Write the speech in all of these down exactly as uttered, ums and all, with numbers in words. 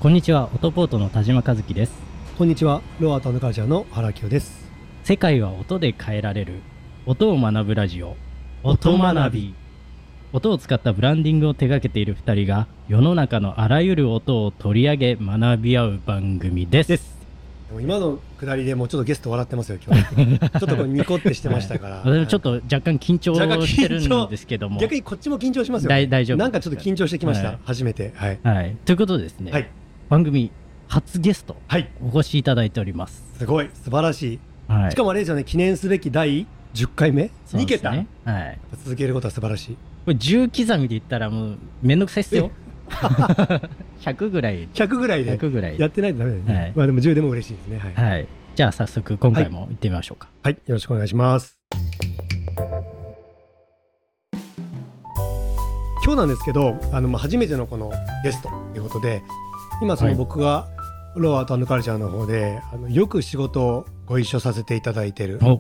こんにちは、オトポートの田島和樹です。 こんにちは、ロアート&カルチャーの原清です。 世界は音で変えられる、音を学ぶラジオ、音学び。音を使ったブランディングを手掛けているふたりが世の中のあらゆる音を取り上げ学び合う番組です。ですでも今のくだりでもうちょっとゲスト笑ってますよ今日ちょっとこうニコってしてましたから、 はい、ちょっと若干緊張してるんですけども、 逆にこっちも緊張しますよ、ね、 大丈夫。 なんかちょっと緊張してきました、はい、初めて、はいはい、ということでですね、はい、番組初ゲストお越しいただいております。 すごい素晴らしい、はい、しかもあれですよね、記念すべきだいじゅっかいめ、にけた、はい、続けることは素晴らしい。 これじゅう刻みで言ったらもうめんどくさいっすよひゃくぐらいひゃくぐらいでひゃくぐらいやってないとダメだよね、はい、まあでもじゅうでも嬉しいですね、はいはい、じゃあ早速今回も行ってみましょうか。 はい、はい、よろしくお願いします。今日なんですけど、あのまあ初めてのこのゲストということで、今その僕がロアート&カルチャーの方であのよく仕事をご一緒させていただいている、はい、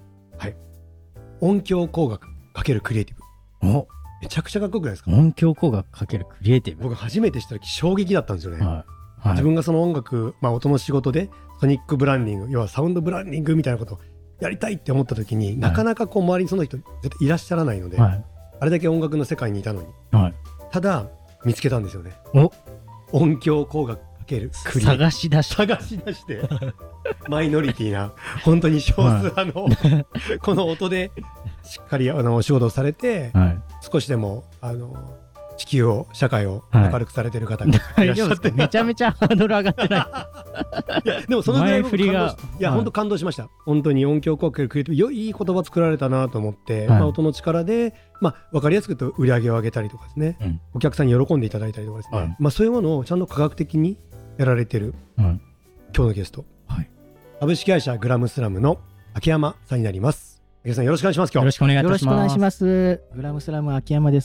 音響工学×クリエイティブ。お、めちゃくちゃかっこよくないですか。 音響工学×クリエイティブ、 僕初めて知った時衝撃だったんですよね、はいはい、自分がその音楽、まあ、音の仕事でソニックブランディング、要はサウンドブランディングみたいなことをやりたいって思った時に、はい、なかなかこう周りにその人絶対いらっしゃらないので、はい、あれだけ音楽の世界にいたのに、はい、ただ見つけたんですよね。お、音響工学×クリエイティブ探し出し探し出してマイノリティな本当に少数派の、はい、この音でしっかりあのお仕事をされて、はい、少しでもあの地球を社会を明るくされてる方がいらっしゃって、はい、 めちゃめちゃハードル上がってないいやでもそのぐらい僕感動し、いや、はい、本当感動しました。本当に音響工学×クリエイティブ、よいい言葉作られたなと思って、はい、まあ、音の力で、まあ、分かりやすく言うと売り上げを上げたりとかですね、うん、お客さんに喜んでいただいたりとかですね、はい、まあ、そういうものをちゃんと科学的にやられてる、はい、今日のゲスト、はい、株式会社グラムスラムの秋山さんになります。秋山さん、よろしくお願いします。今日よろしくお願いいたします。 よろしくお願いします。グラムスラム秋山です。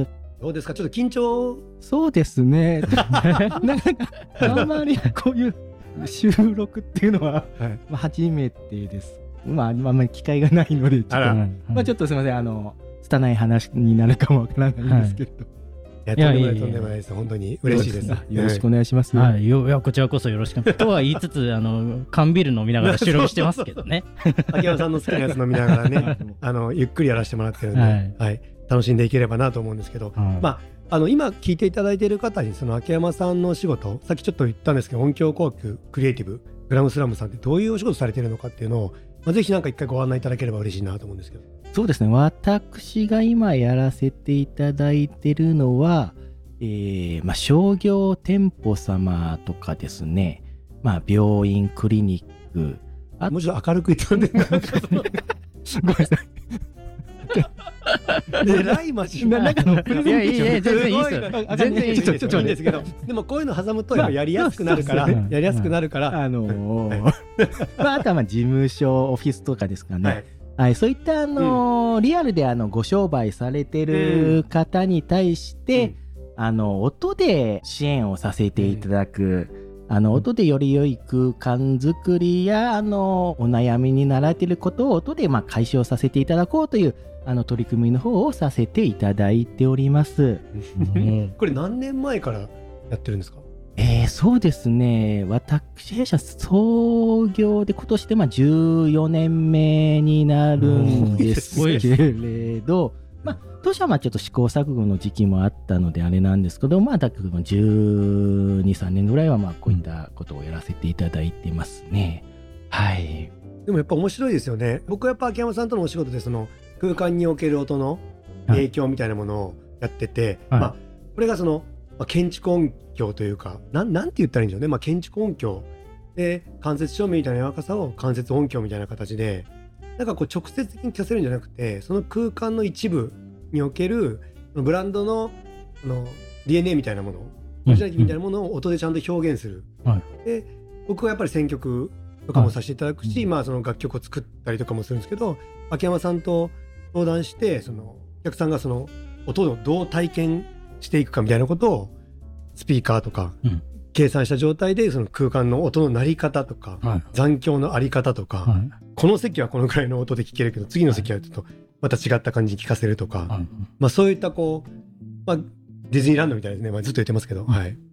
どうですか、ちょっと緊張。 そうですねなんかあんまりこういう収録っていうのは、はい、まあ、初めてです。まああんまり機会がないのでちょっと、あまあ、ちょっとすみません、あの拙い話になるかもわからないんですけれど、 はい、いやとんでもないとんでもないです。本当に嬉しいです。よろしくお願いします。 はい、いやこちらこそよろしくとは言いつつ、あの缶ビール飲みながら収録してますけどね秋山さんの好きなやつ飲みながらねあのゆっくりやらせてもらってるんで、はい、はい、楽しんでいければなと思うんですけど、はい、まああの今聞いていただいている方にその秋山さんのお仕事、さっきちょっと言ったんですけど、音響工学クリエイティブグラムスラムさんってどういうお仕事されているのかっていうのを、まあ、ぜひなんか一回ご案内いただければ嬉しいなと思うんですけど。 そうですね、私が今やらせていただいているのは、えーまあ、商業店舗様とかですね、まあ、病院クリニック、 もうちょっと明るく言ったんでなんかそのごめんなさいえらいマジな、なんかのプレゼンテーション、いやいや全然いいですよ、全然いいですよ、いいんですけど、でもこういうの挟むとやっぱやりやすくなるから、やりやすくなるから、あのーまあ、あとはまあ事務所オフィスとかですかね、はいはい、そういったあのーうん、リアルであのご商売されてる方に対して、うん、あの音で支援をさせていただく、うん、あの音でより良い空間づくりやあのお悩みになられていることを音でまあ解消させていただこうというあの取り組みの方をさせていただいております。 これ何年前からやってるんですか？ えー、そうですね、私弊社創業で今年でまあじゅうよねんめになるんですけれど、まあ、当初はまあちょっと試行錯誤の時期もあったのであれなんですけど、まあ、だけどじゅうに、さんねんぐらいはまあこういったことをやらせていただいてますね、うん、はい。 でもやっぱ面白いですよね。僕はやっぱ秋山さんとのお仕事でその空間における音の影響みたいなものをやってて、はい、まあ、これがその、まあ、建築音響というかな ん, なんて言ったらいいんでしょうね、まあ、建築音響で間接照明みたいな若さを間接音響みたいな形でなんかこう直接的に聞かせるんじゃなくて、その空間の一部におけるブランド の, の ディーエヌエー みたいなもの、オリジナリティみたいなものを音でちゃんと表現する、うんうん、で僕はやっぱり選曲とかもさせていただくし、はい、まあ、その楽曲を作ったりとかもするんですけど、秋山さんと相談して、そのお客さんがその音をどう体験していくかみたいなことをスピーカーとか、うん、計算した状態でその空間の音の鳴り方とか、はい、残響のあり方とか、はい、この席はこのくらいの音で聴けるけど次の席はちょっとまた違った感じに聴かせるとか、はい、まあ、そういったこう、まあ、ディズニーランドみたいですね、まあ、ずっと言ってますけど、はい、そうい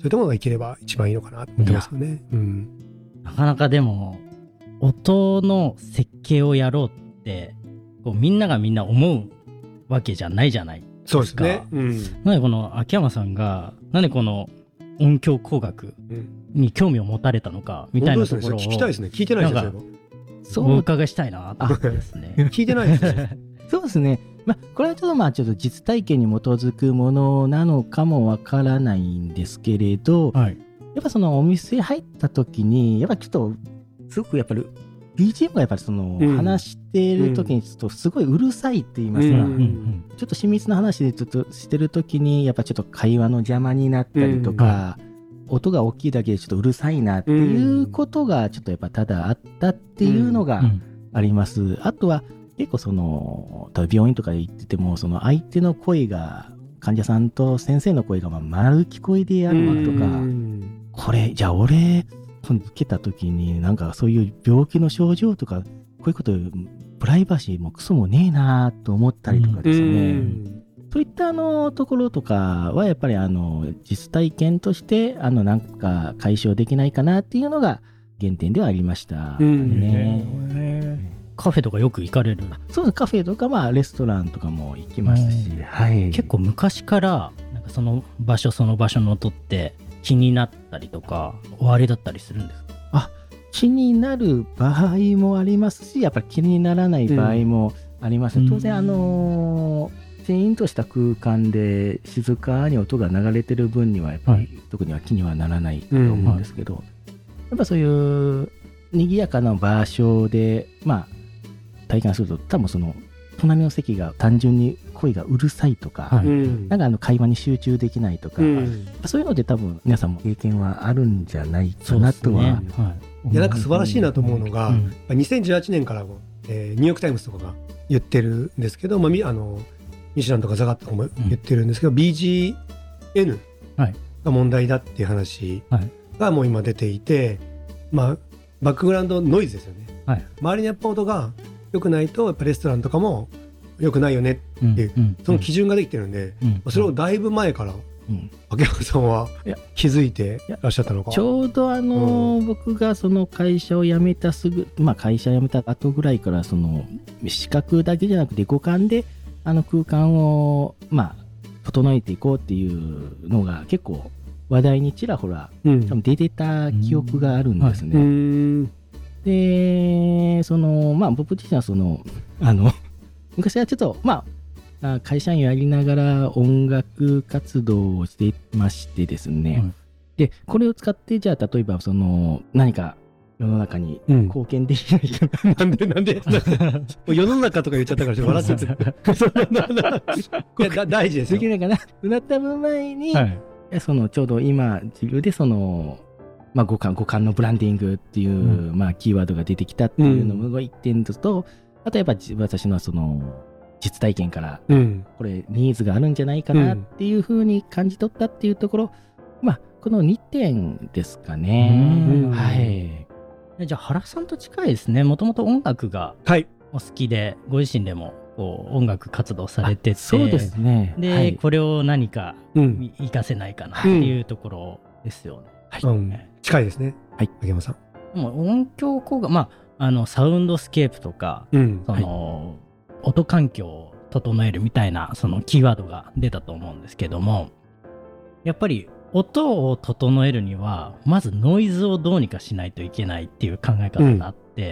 そういったものがいければ一番いいのかなと思ってますよね。うん、 なかなかでも音の設計をやろうってこうみんながみんな思うわけじゃないじゃないですか。 そうですね。うん、 なんでこの秋山さんがなんでこの音響工学に興味を持たれたのかみたいなところを、 うん、聞きたいですね。聞いてないですよ。 そうお伺いしたいなと思ってですね。 聞いてないですね。 そうですね。まあ、これはちょっとまあちょっと実体験に基づくものなのかもわからないんですけれど、はい、やっぱそのお店入った時にやっぱちょっとすごくやっぱり ビージーエム がやっぱりその話してる時にちょっとすごいうるさいって言いますか、うんうん、ちょっと親密な話でちょっとしてる時にやっぱちょっと会話の邪魔になったりとか、うん、音が大きいだけでちょっとうるさいなっていうことがちょっとやっぱただあったっていうのがあります。うんうん、あとは結構その病院とかで行っててもその相手の声が患者さんと先生の声がまあ丸聞こえであるわとか、これじゃあ俺受けた時になんかそういう病気の症状とかこういうことプライバシーもクソもねえなと思ったりとかですね、そういったあのところとかはやっぱりあの実体験としてあのなんか解消できないかなっていうのが原点ではありましたね。 カフェとかよく行かれる？ そうです。カフェとか、まあ、レストランとかも行きますし、はい、 結構昔からなんかその場所その場所の音って気になったりとか終わりだったりするんですか？ あ、気になる場合もありますし、やっぱり気にならない場合もあります、うん、当然あのー、シーンとした空間で静かに音が流れてる分にはやっぱり、はい、特には気にはならないと思うんですけど、うん、やっぱそういう賑やかな場所でまあ体感すると多分その隣の席が単純に声がうるさいとか、はい、なんかあの会話に集中できないとか、うん、そういうので多分皆さんも経験はあるんじゃないかなとは、ね、 はい、いやなんか素晴らしいなと思うのが、うん、にせんじゅうはちねんからも、えー、ニューヨークタイムズとかが言ってるんですけど、まあ、あのミシュランとかザガットとかも言ってるんですけど、うん、ビージーエヌ が問題だっていう話がもう今出ていて、まあ、バックグラウンドノイズですよね、はい、周りにやっぱ音が良くないとやっぱレストランとかも良くないよねっていう、うんうん、その基準ができてるんで、うん、それをだいぶ前から、うん、秋山さんは気づいてらっしゃったのか。 ちょうどあのーうん、僕がその会社を辞めたすぐ、まあ、会社辞めた後ぐらいからその視覚だけじゃなくて五感であの空間をまあ整えていこうっていうのが結構話題にちらほら、うん、多分出てた記憶があるんですね。うん、でそのまあ僕自身はそのあの昔はちょっとまあ会社員やりながら音楽活動をしていましてですね、うん、でこれを使ってじゃあ例えばその何か世の中に貢献できないかな、 うん、なんでなんで世の中とか言っちゃったからちょっと笑っちゃって大事ですよ。 できないかなとなった分前に、はい、そのちょうど今授業でそのまあ、五感、五感のブランディングっていう、うん、まあ、キーワードが出てきたっていうのが一点と、うん、あとやっぱ私のその実体験から、うん、これニーズがあるんじゃないかなっていうふうに感じ取ったっていうところ、まあ、このにてんですかね。はい。 じゃあ原さんと近いですね。もともと音楽がお好きで、はい、ご自身でもこう音楽活動されてて、 そうですね。 で、はい、これを何か活かせないかなっていうところですよね。 はいうん、近いですね。はい、秋山さん。 でも音響工学、まああのサウンドスケープとか、うん、その、はい、音環境を整えるみたいなそのキーワードが出たと思うんですけども、やっぱり音を整えるにはまずノイズをどうにかしないといけないっていう考え方があって、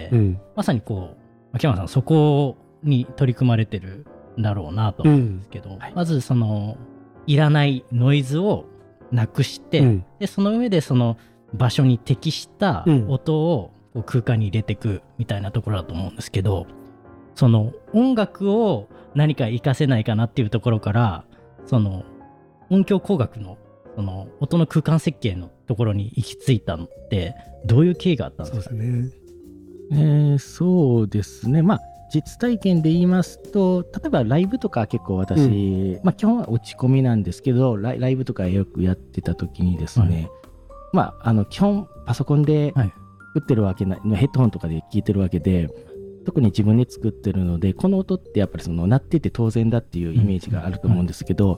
うんうん、まさにこう秋山さんそこに取り組まれてるんだろうなと思うんですけど、うんはい、まずそのいらないノイズをなくして、うん、でその上でその場所に適した音をこう空間に入れていくみたいなところだと思うんですけど、その音楽を何か活かせないかなっていうところからその音響工学のその音の空間設計のところに行き着いたのってどういう経緯があったんですか？ そうですね。えー、そうですね。まあ実体験で言いますと、例えばライブとか結構私、うん、まあ基本は落ち込みなんですけど、ライ、ライブとかよくやってた時にですね、はい、まああの基本パソコンで打ってるわけな、はい、ヘッドホンとかで聞いてるわけで、特に自分で作ってるので、この音ってやっぱりその鳴ってて当然だっていうイメージがあると思うんですけど、うんうん、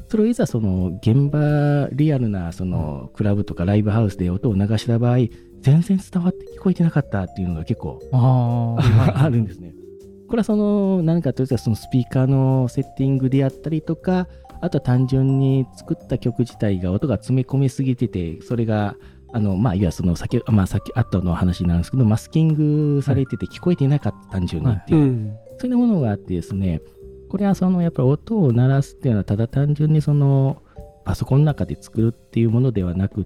それをいざその現場リアルなそのクラブとかライブハウスで音を流した場合、全然伝わって聞こえてなかったっていうのが結構 あ, あるんですね。これはその何かというとそのスピーカーのセッティングであったりとか、あとは単純に作った曲自体が音が詰め込みすぎてて、それがあのまあいわゆるその先まあさっき後の話なんですけど、マスキングされてて聞こえていなかった単純にっていう、はいうん、そういうものがあってですね、これはそのやっぱり音を鳴らすっていうのはただ単純にそのパソコンの中で作るっていうものではなくって、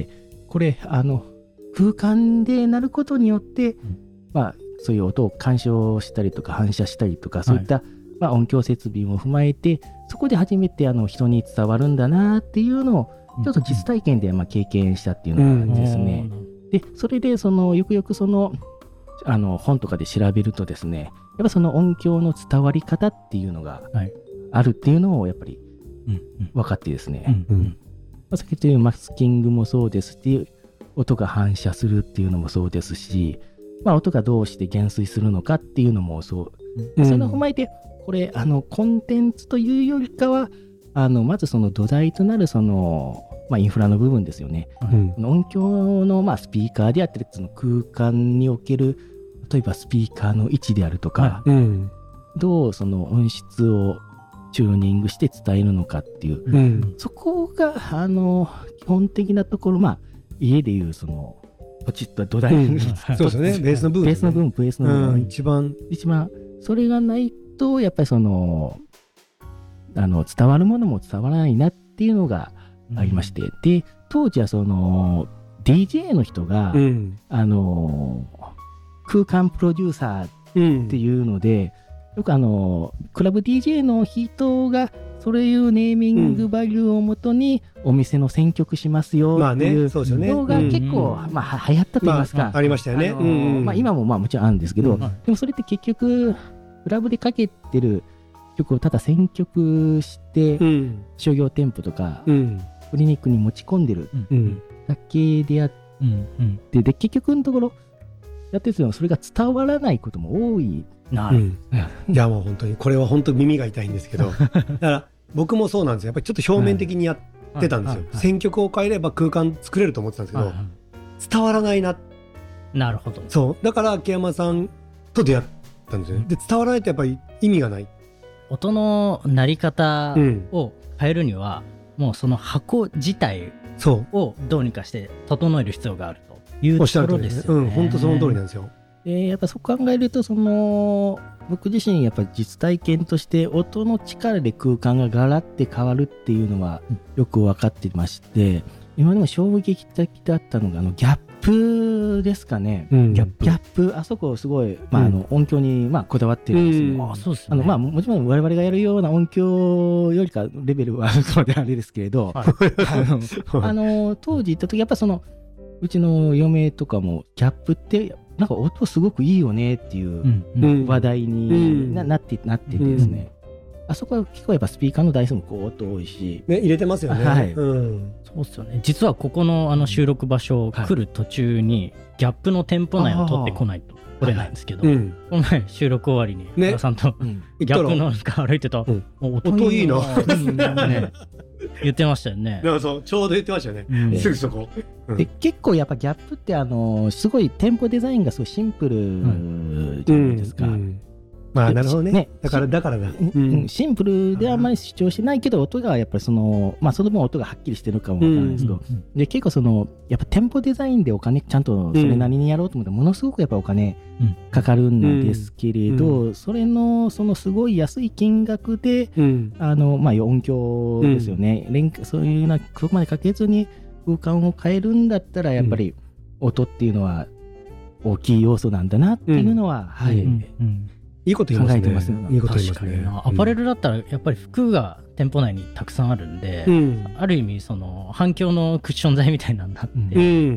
これあの空間で鳴ることによって、うん、まあそういう音を干渉したりとか反射したりとか、そういった、はいまあ、音響設備も踏まえて、そこで初めてあの人に伝わるんだなっていうのをちょっと実体験でまあ経験したっていうのがですね、うん、でそれでそのよくよくそのあの本とかで調べるとですね、やっぱその音響の伝わり方っていうのがあるっていうのをやっぱり分かってですね、うんうんまあ、先ほど言うマスキングもそうですし、音が反射するっていうのもそうですし、まあ、音がどうして減衰するのかっていうのもそう、うん、それを踏まえてこれあのコンテンツというよりかはあのまずその土台となるその、まあ、インフラの部分ですよね、うん、音響のまあスピーカーであったりその空間における例えばスピーカーの位置であるとか、うん、どうその音質をチューニングして伝えるのかっていう、うん、そこがあの基本的なところ、まあ家でいうそのポチッと土台、うん、 そうですね、ベースの部分、 ベースの部分、ベースの部分、 うん、一番一番それがないとやっぱりそのあの伝わるものも伝わらないなっていうのがありまして、うん、で当時はその ディージェー の人が、うん、あの空間プロデューサーっていうので、うん、よくあのクラブ ディージェー の人がそういうネーミングバリューをもとにお店の選曲しますよっていうのが結構まあ流行ったと言いますか、 まあ、ありましたよね、 あのーまあ、今もまあもちろんあるんですけど、うん、でもそれって結局クラブでかけてる曲をただ選曲して、うん、商業店舗とか、うん、クリニックに持ち込んでるだけであって、うんうん、で, で結局のところやってるのはそれが伝わらないことも多いな、うん、 いやもう本当にこれは本当耳が痛いんですけどだから僕もそうなんですよ。やっぱりちょっと表面的にやってたんですよ、はいはいはい、選曲を変えれば空間作れると思ってたんですけど、はいはい、伝わらないな。 なるほど。 そうだから秋山さんと出会ったんですよね。で伝わらないとやっぱり意味がない。 音の鳴り方を変えるには、うん、もうその箱自体をどうにかして整える必要があるというところですよね。 本当その通りなんですよ。 でやっぱそう考えるとその僕自身やっぱ実体験として音の力で空間がガラッて変わるっていうのはよく分かってまして、今でも衝撃的だったのがあのギャップですかね、うん、ギャップ、ギャップあそこすごい、まあ、あの音響にまあこだわってるんですけど、うん、あそうですね、あのまあもちろん我々がやるような音響よりかレベルはあるのであれですけれど、はい、あのあの当時行った時やっぱそのうちの嫁とかもギャップってなんか音すごくいいよねっていう話題に な,、うん、なってなっててですね、うん、あそこは結構やっぱスピーカーの台数もこう音多いし、 ね、入れてますよね、はい、うん、 そうですよね。実はここ の, あの収録場所来る途中にギャップの店舗内を取ってこないと来れないんですけど、はいはい、うん、この前収録終わりに皆さんと、ね、ギャップの中歩いてた、うん、 音いいなね言ってましたよね。 そうちょうど言ってましたよね、うん、すぐそこ、 うん、で結構やっぱギャップってあのすごい店舗デザインがすごいシンプルじゃないですか、うんうんうん、 まあなるほど ね, ねだからだからだ、 うん、シンプルであんまり主張してないけど音がやっぱりそのまあその分音がはっきりしてるかもわからないですけど、うんうん、で結構そのやっぱ店舗デザインでお金ちゃんとそれなりにやろうと思ってものすごくやっぱお金かかるんですけれど、うんうん、それのそのすごい安い金額で、うん、あのまあ音響ですよね、うん、そういうようなそこまでかけずに空間を変えるんだったらやっぱり音っていうのは大きい要素なんだなっていうのは、うん、はい、うんうん、 いいこと言いますね。 考えてますね。 いいこと言いますね。 アパレルだったらやっぱり服が店舗内にたくさんあるんで、うん、ある意味その反響のクッション材みたいなんだって、うん、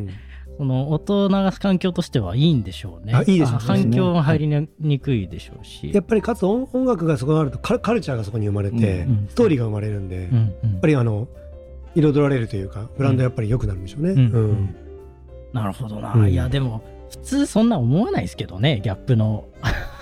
その音を流す環境としてはいいんでしょうね。 あ、いいでしょうね。 反響が入りにくいでしょうし、 やっぱりかつ 音, 音楽がそこにあるとカルチャーがそこに生まれて、うんうん、ストーリーが生まれるんで、うんうん、やっぱりあの彩られるというかブランドやっぱり良くなるんでしょうね、うんうんうん、 なるほどな、うん、いやでも普通そんな思わないですけどね、ギャップの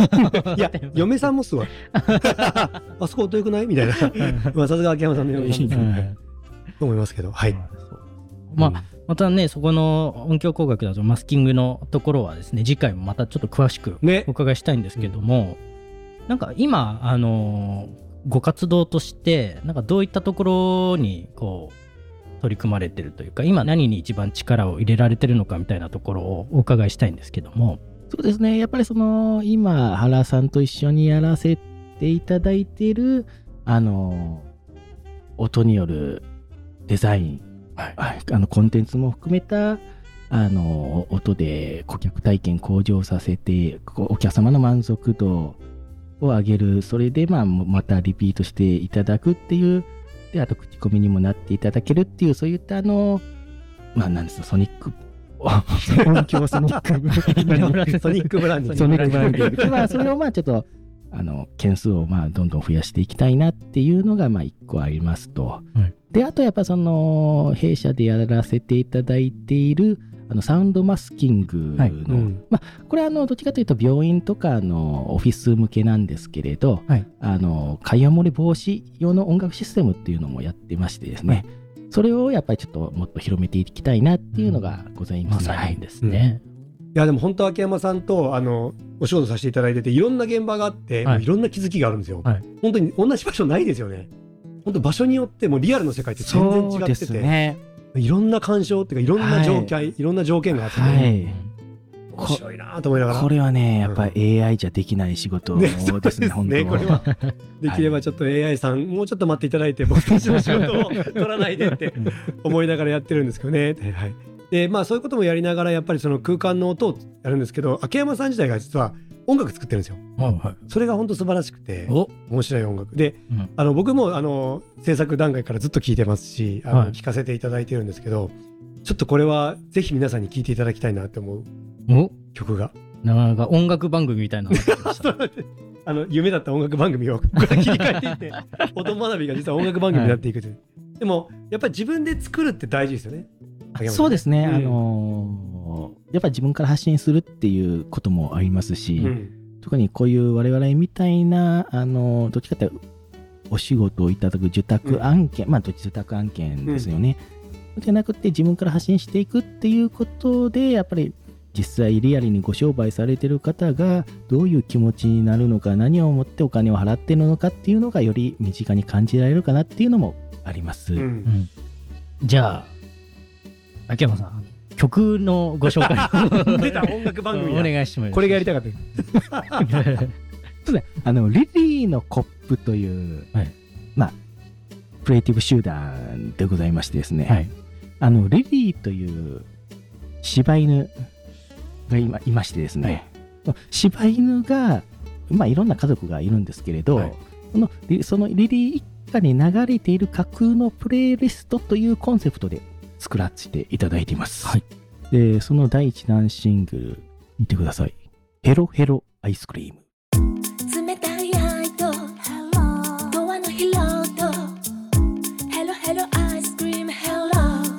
いや嫁さんもすごいあそこ音良くないみたいなまあさすが秋山さんのようにと思いますけど、はい、 まあまたねそこの音響工学だとマスキングのところはですね次回もまたちょっと詳しくお伺いしたいんですけども、ね、なんか今あのご活動としてなんかどういったところにこう取り組まれてるというか今何に一番力を入れられてるのかみたいなところをお伺いしたいんですけども。 そうですね、やっぱりその今原さんと一緒にやらせていただいているあの音によるデザイン、はいはい、あのコンテンツも含めたあの音で顧客体験向上させてお客様の満足度を上げる、それでまあまたリピートしていただくっていう、であと口コミにもなっていただけるっていう、そういったあのまあなんですかソニック音響ソニックソニックブランディングソニックブランディングで、まあ、それをまあちょっとあの件数をまあどんどん増やしていきたいなっていうのがまあ一個ありますと、はい、であとやっぱその弊社でやらせていただいているあのサウンドマスキングの、はい、うん、まあ、これはあのどっちかというと病院とかのオフィス向けなんですけれど、はい、あの会話漏れ防止用の音楽システムっていうのもやってましてですね、はい、それをやっぱりちょっともっと広めていきたいなっていうのがございます。 まさにですね、 うん、いやでも本当秋山さんとあのお仕事させていただいてていろんな現場があって、はい、もういろんな気づきがあるんですよ、はい、本当に同じ場所ないですよね。本当場所によってもリアルの世界って全然違ってて、そうですね、いろんな干渉っていうかいろんな条件、はい、いろんな条件があって、ね、はい、面白いなと思いながら、 これはねやっぱり エーアイ じゃできない仕事ですね、ですね本当これはできればちょっと エーアイ さん、はい、もうちょっと待っていただいて僕たちの仕事を取らないでって思いながらやってるんですけどね、はい、でまあそういうこともやりながらやっぱりその空間の音をやるんですけど、秋山さん自体が実は音楽作ってるんですよ、はいはい、それが本当素晴らしくて面白い音楽で、うん、あの僕もあの制作段階からずっと聴いてますしあの、はい、聴かせていただいてるんですけど、ちょっとこれはぜひ皆さんに聴いていただきたいなと思う曲が、 なかなか音楽番組みたいなあの夢だった音楽番組をここから切り替えていって音学びが実は音楽番組になっていくという、はい、でもやっぱり自分で作るって大事ですよね。 そうですね、うん、あのー、やっぱり自分から発信するっていうこともありますし、うん、特にこういう我々みたいなあのー、どっちかというとお仕事をいただく受託案件、うん、まあ受託案件ですよね、うん、じゃなくて自分から発信していくっていうことでやっぱり実際リアルにご商売されてる方がどういう気持ちになるのか、何をもってお金を払ってるのかっていうのがより身近に感じられるかなっていうのもあります、うんうん、 じゃあ秋山さん曲のご紹介出た音楽番組お願いします。 これがやりたかったそうね、あのリリーのコップという、はい、まあプレイティブ集団でございましてですね、はい、あのリリーという柴犬が 今いましてですね、はい、柴犬が、まあ、いろんな家族がいるんですけれど、はい、そのそのリリー一家に流れている架空のプレイリストというコンセプトで作らせていただいています、はい、でその第一弾シングル見てください。ヘロヘロアイスクリーム。 冷たい愛とドアの広とヘロヘロアイスクリームヘロ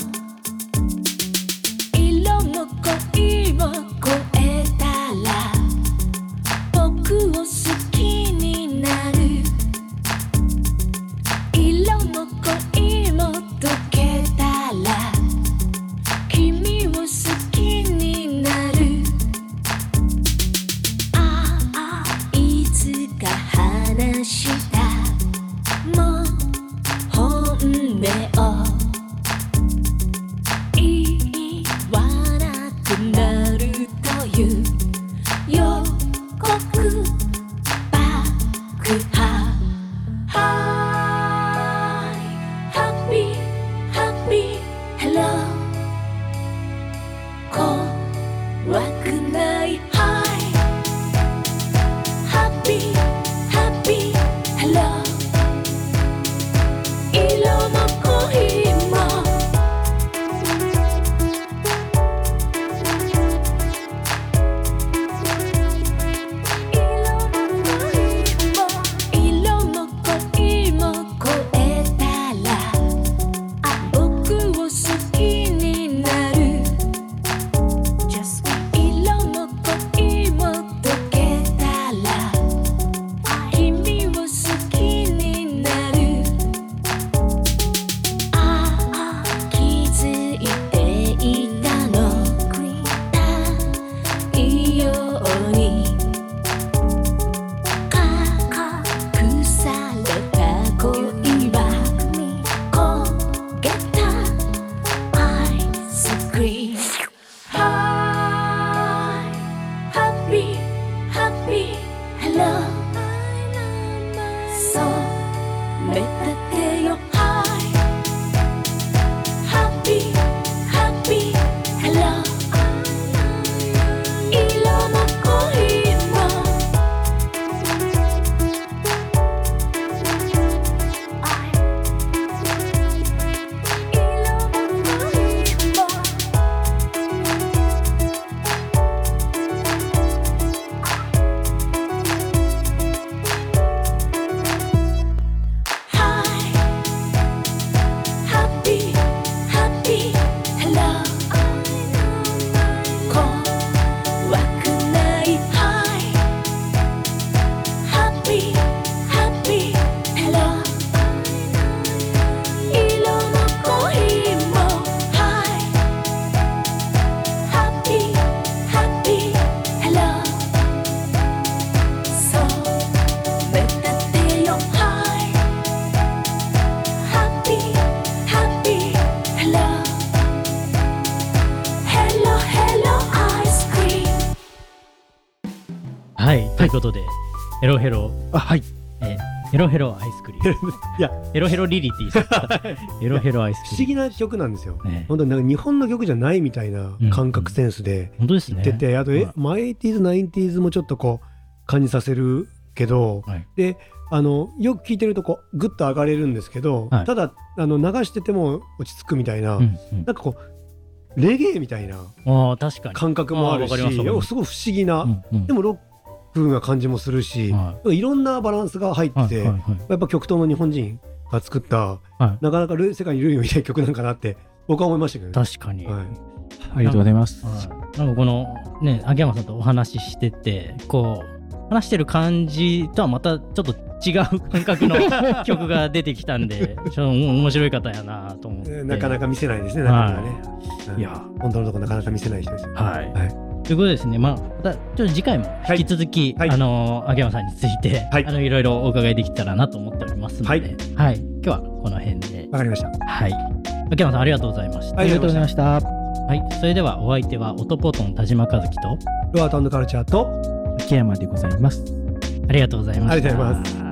色の恋を超えたら僕を好きになる色の恋も溶けたら君を好きになるああということでヘロヘロ、 あ、はい、 えー、ヘロヘロアイスクリームいやヘロヘロリリって言いそうだったヘロヘロアイスクリーム不思議な曲なんですよ、 ね、 本当になんか日本の曲じゃないみたいな感覚センスで本当ですね。 言ってて、あとえ、 はいまあ、エイティーズ、ナインティーズもちょっとこう感じさせるけど、はい、であのよく聴いてるとこうグッと上がれるんですけど、はい、ただあの流してても落ち着くみたいな、うんうん、なんかこうレゲエみたいな感覚もあるし、すごい不思議な、うんうん、でもロックな感じもするし、はい、いろんなバランスが入ってて、はいはいはい、やっぱ極東の日本人が作った、はい、なかなか世界に類を見ない曲なんかなって僕は思いましたけどね。 確かに、 はい、 ありがとうございます。 なんかこのね秋山さんとお話ししててこう話してる感じとはまたちょっと違う感覚の曲が出てきたんでちょっと面白い方やなと思って、 なかなか見せないですね、なかなかね、はい、いや本当のとこなかなか見せない人ですよ、 はいはい、ということですね、まあ、またちょっと次回も引き続き、はい、あの秋山さんについて、はい、あのいろいろお伺いできたらなと思っておりますので、はいはい、今日はこの辺で。 わかりました。 はい、秋山さんありがとうございました。 ありがとうございました。 はい、それではお相手はオトポトン田島和樹とロアトンドカルチャーと秋山でございます。 ありがとうございました。 ありがとうございます。